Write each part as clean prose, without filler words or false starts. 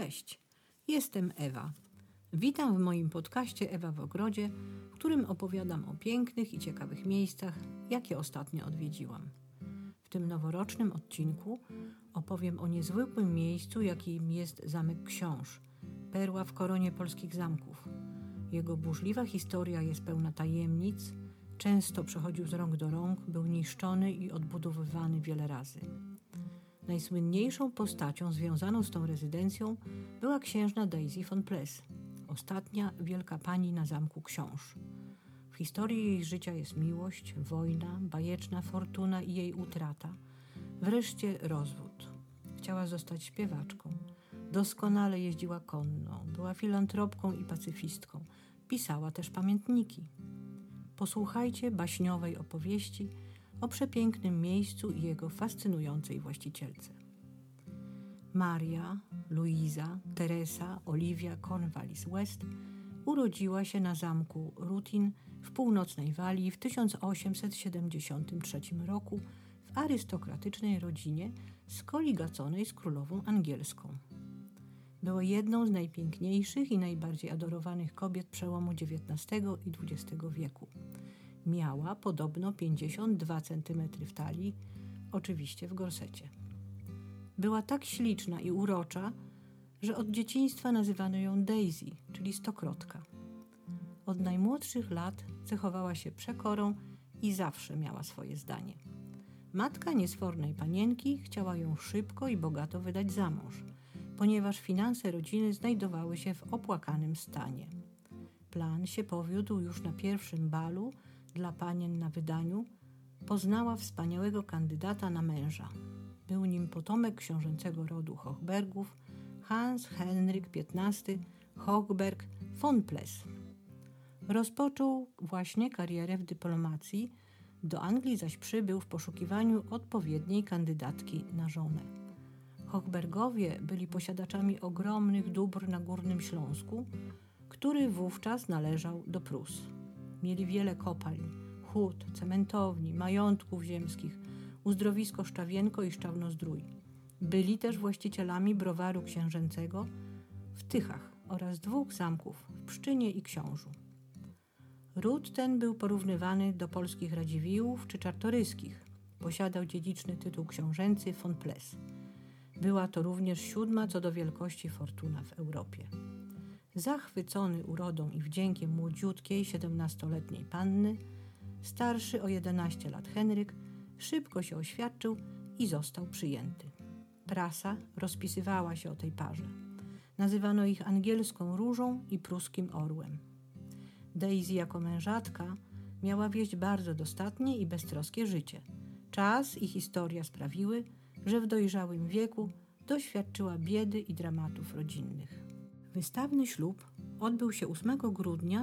Cześć, jestem Ewa. Witam w moim podcaście Ewa w ogrodzie, w którym opowiadam o pięknych i ciekawych miejscach, jakie ostatnio odwiedziłam. W tym noworocznym odcinku opowiem o niezwykłym miejscu, jakim jest Zamek Książ, perła w koronie polskich zamków. Jego burzliwa historia jest pełna tajemnic, często przechodził z rąk do rąk, był niszczony i odbudowywany wiele razy. Najsłynniejszą postacią związaną z tą rezydencją była księżna Daisy von Pless, ostatnia wielka pani na Zamku Książ. W historii jej życia jest miłość, wojna, bajeczna fortuna i jej utrata, wreszcie rozwód. Chciała zostać śpiewaczką, doskonale jeździła konno, była filantropką i pacyfistką, pisała też pamiętniki. Posłuchajcie baśniowej opowieści o przepięknym miejscu i jego fascynującej właścicielce. Maria, Luisa, Teresa, Olivia Cornwallis-West urodziła się na zamku Ruthin w północnej Walii w 1873 roku w arystokratycznej rodzinie skoligaconej z królową angielską. Była jedną z najpiękniejszych i najbardziej adorowanych kobiet przełomu XIX i XX wieku. Miała podobno 52 cm w talii, oczywiście w gorsecie. Była tak śliczna i urocza, że od dzieciństwa nazywano ją Daisy, czyli stokrotka. Od najmłodszych lat cechowała się przekorą i zawsze miała swoje zdanie. Matka niesfornej panienki chciała ją szybko i bogato wydać za mąż, ponieważ finanse rodziny znajdowały się w opłakanym stanie. Plan się powiódł już na pierwszym balu dla panien na wydaniu. Poznała wspaniałego kandydata na męża. Był nim potomek książęcego rodu Hochbergów, Hans Henryk XV Hochberg von Pless. Rozpoczął właśnie karierę w dyplomacji, do Anglii zaś przybył w poszukiwaniu odpowiedniej kandydatki na żonę. Hochbergowie byli posiadaczami ogromnych dóbr na Górnym Śląsku, który wówczas należał do Prus. Mieli wiele kopalń, hut, cementowni, majątków ziemskich, uzdrowisko Szczawienko i Szczawnozdrój. Byli też właścicielami browaru księżęcego w Tychach oraz 2 zamków w Pszczynie i Książu. Ród ten był porównywany do polskich Radziwiłłów czy Czartoryskich. Posiadał dziedziczny tytuł książęcy von Pless. Była to również 7. co do wielkości fortuna w Europie. Zachwycony urodą i wdziękiem młodziutkiej 17-letniej panny, starszy o 11 lat Henryk szybko się oświadczył i został przyjęty. Prasa rozpisywała się o tej parze. Nazywano ich angielską różą i pruskim orłem. Daisy jako mężatka miała wieść bardzo dostatnie i beztroskie życie. Czas i historia sprawiły, że w dojrzałym wieku doświadczyła biedy i dramatów rodzinnych. Wystawny ślub odbył się 8 grudnia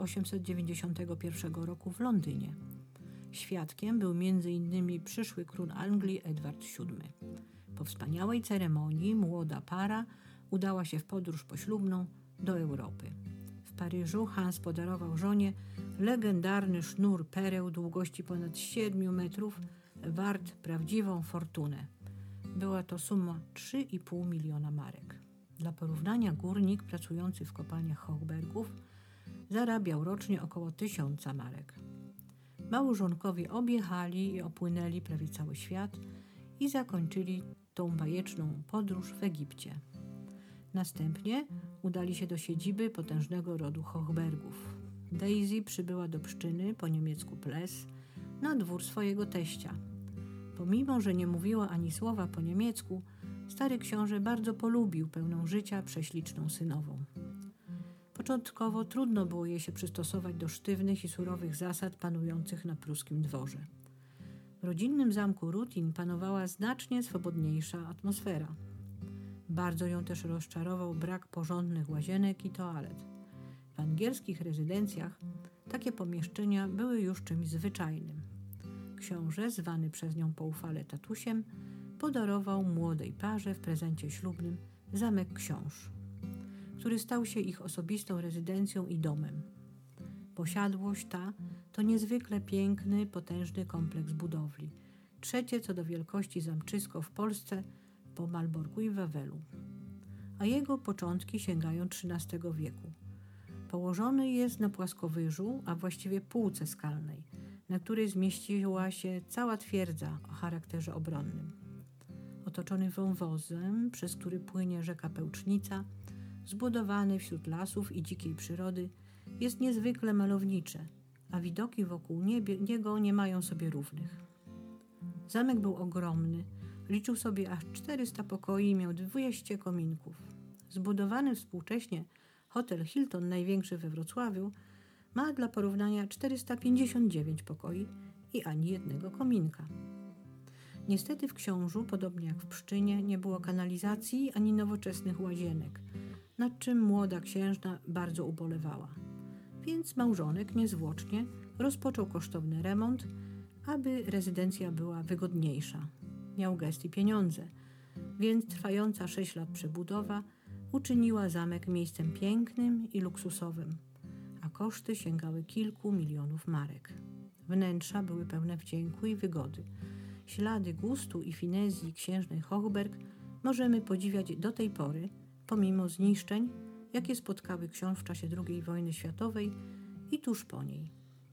1891 roku w Londynie. Świadkiem był m.in. przyszły król Anglii Edward VII. Po wspaniałej ceremonii młoda para udała się w podróż poślubną do Europy. W Paryżu Hans podarował żonie legendarny sznur pereł długości ponad 7 metrów, wart prawdziwą fortunę. Była to suma 3,5 miliona marek. Dla porównania górnik pracujący w kopalniach Hochbergów zarabiał rocznie około 1000 marek. Małżonkowie objechali i opłynęli prawie cały świat i zakończyli tą bajeczną podróż w Egipcie. Następnie udali się do siedziby potężnego rodu Hochbergów. Daisy przybyła do Pszczyny, po niemiecku Pless, na dwór swojego teścia. Pomimo, że nie mówiła ani słowa po niemiecku, stary książę bardzo polubił pełną życia prześliczną synową. Początkowo trudno było jej się przystosować do sztywnych i surowych zasad panujących na pruskim dworze. W rodzinnym zamku Ruthin panowała znacznie swobodniejsza atmosfera. Bardzo ją też rozczarował brak porządnych łazienek i toalet. W angielskich rezydencjach takie pomieszczenia były już czymś zwyczajnym. Książę, zwany przez nią poufale tatusiem, podarował młodej parze w prezencie ślubnym Zamek Książ, który stał się ich osobistą rezydencją i domem. Posiadłość ta to niezwykle piękny, potężny kompleks budowli, 3. co do wielkości zamczysko w Polsce po Malborku i Wawelu. a jego początki sięgają XIII wieku. Położony jest na płaskowyżu, a właściwie półce skalnej, na której zmieściła się cała twierdza o charakterze obronnym. Otoczony wąwozem, przez który płynie rzeka Pełcznica, zbudowany wśród lasów i dzikiej przyrody, jest niezwykle malownicze, a widoki wokół niego nie mają sobie równych. Zamek był ogromny, liczył sobie aż 400 pokoi i miał 200 kominków. Zbudowany współcześnie hotel Hilton, największy we Wrocławiu, ma dla porównania 459 pokoi i ani jednego kominka. Niestety w Książu, podobnie jak w Pszczynie, nie było kanalizacji ani nowoczesnych łazienek, nad czym młoda księżna bardzo ubolewała. Więc małżonek niezwłocznie rozpoczął kosztowny remont, aby rezydencja była wygodniejsza. Miał gest i pieniądze, więc trwająca 6 lat przebudowa uczyniła zamek miejscem pięknym i luksusowym, a koszty sięgały kilku milionów marek. Wnętrza były pełne wdzięku i wygody. Ślady gustu i finezji księżnej Hochberg możemy podziwiać do tej pory, pomimo zniszczeń, jakie spotkały książ w czasie II wojny światowej i tuż po niej.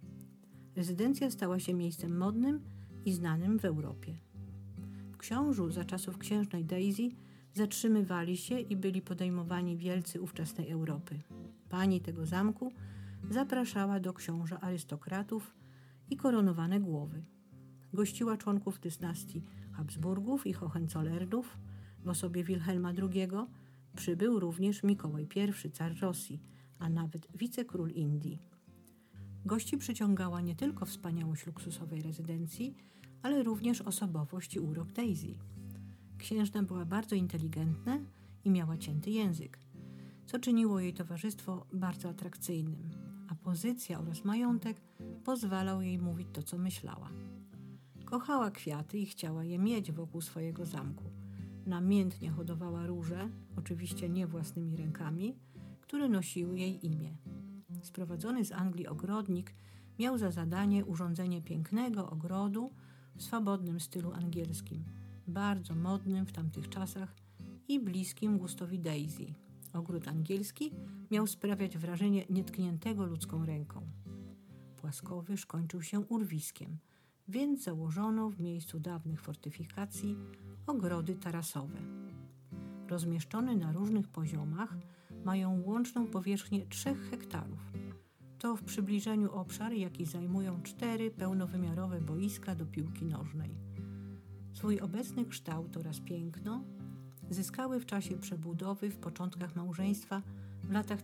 Rezydencja stała się miejscem modnym i znanym w Europie. W Książu za czasów księżnej Daisy zatrzymywali się i byli podejmowani wielcy ówczesnej Europy. Pani tego zamku zapraszała do Książa arystokratów i koronowane głowy. Gościła członków dynastii Habsburgów i Hohenzollernów. W osobie Wilhelma II przybył również Mikołaj I, car Rosji, a nawet wicekról Indii. Gości przyciągała nie tylko wspaniałość luksusowej rezydencji, ale również osobowość i urok Daisy. Księżna była bardzo inteligentna i miała cięty język, co czyniło jej towarzystwo bardzo atrakcyjnym, a pozycja oraz majątek pozwalał jej mówić to, co myślała. Kochała kwiaty i chciała je mieć wokół swojego zamku. Namiętnie hodowała róże, oczywiście nie własnymi rękami, które nosiły jej imię. Sprowadzony z Anglii ogrodnik miał za zadanie urządzenie pięknego ogrodu w swobodnym stylu angielskim, bardzo modnym w tamtych czasach i bliskim gustowi Daisy. Ogród angielski miał sprawiać wrażenie nietkniętego ludzką ręką. Płaskowyż kończył się urwiskiem, więc założono w miejscu dawnych fortyfikacji ogrody tarasowe. Rozmieszczone na różnych poziomach, mają łączną powierzchnię 3 hektarów. To w przybliżeniu obszar, jaki zajmują 4 pełnowymiarowe boiska do piłki nożnej. Swój obecny kształt oraz piękno zyskały w czasie przebudowy w początkach małżeństwa w latach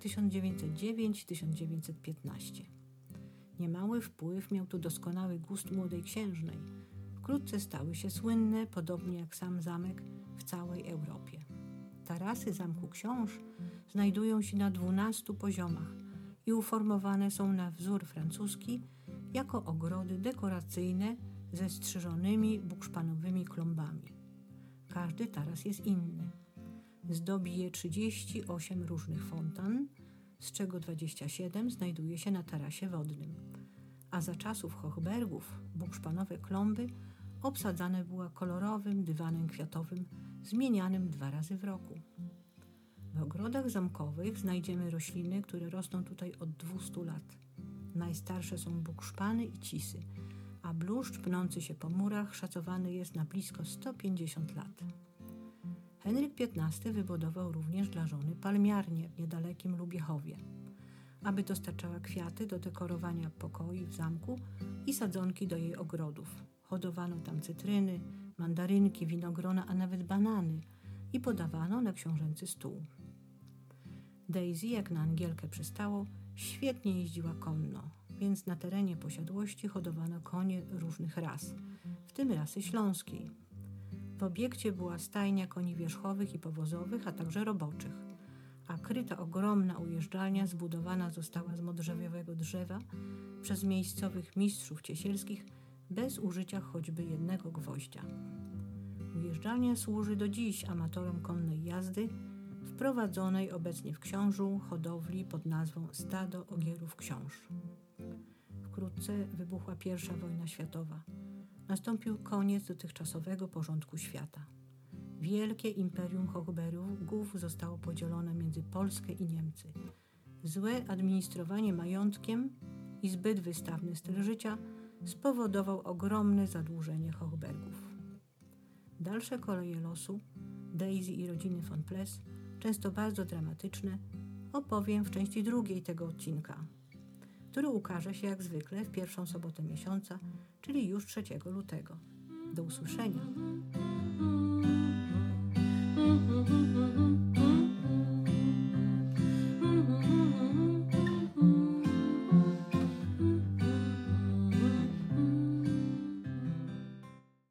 1909-1915. Niemały wpływ miał tu doskonały gust młodej księżnej. Wkrótce stały się słynne, podobnie jak sam zamek, w całej Europie. Tarasy Zamku Książ znajdują się na 12 poziomach i uformowane są na wzór francuski jako ogrody dekoracyjne ze strzyżonymi bukszpanowymi klombami. Każdy taras jest inny. Zdobi je 38 różnych fontan, z czego 27 znajduje się na tarasie wodnym. A za czasów Hochbergów bukszpanowe klomby obsadzane były kolorowym dywanem kwiatowym zmienianym 2 razy w roku. W ogrodach zamkowych znajdziemy rośliny, które rosną tutaj od 200 lat. Najstarsze są bukszpany i cisy, a bluszcz pnący się po murach szacowany jest na blisko 150 lat. Henryk XV wybudował również dla żony palmiarnię w niedalekim Lubiechowie, aby dostarczała kwiaty do dekorowania pokoi w zamku i sadzonki do jej ogrodów. Hodowano tam cytryny, mandarynki, winogrona, a nawet banany i podawano na książęcy stół. Daisy, jak na Angielkę przystało, świetnie jeździła konno, więc na terenie posiadłości hodowano konie różnych ras, w tym rasy śląskiej. W obiekcie była stajnia koni wierzchowych i powozowych, a także roboczych, a kryta ogromna ujeżdżalnia zbudowana została z modrzewiowego drzewa przez miejscowych mistrzów ciesielskich bez użycia choćby jednego gwoździa. Ujeżdżalnia służy do dziś amatorom konnej jazdy w prowadzonej obecnie w Książu hodowli pod nazwą Stado Ogierów Książ. Wkrótce wybuchła I wojna światowa. Nastąpił koniec dotychczasowego porządku świata. Wielkie imperium Hochbergów zostało podzielone między Polskę i Niemcy. Złe administrowanie majątkiem i zbyt wystawny styl życia spowodował ogromne zadłużenie Hochbergów. Dalsze koleje losu Daisy i rodziny von Pless, często bardzo dramatyczne, opowiem w części drugiej tego odcinka, który ukaże się jak zwykle w pierwszą sobotę miesiąca, czyli już 3 lutego. Do usłyszenia!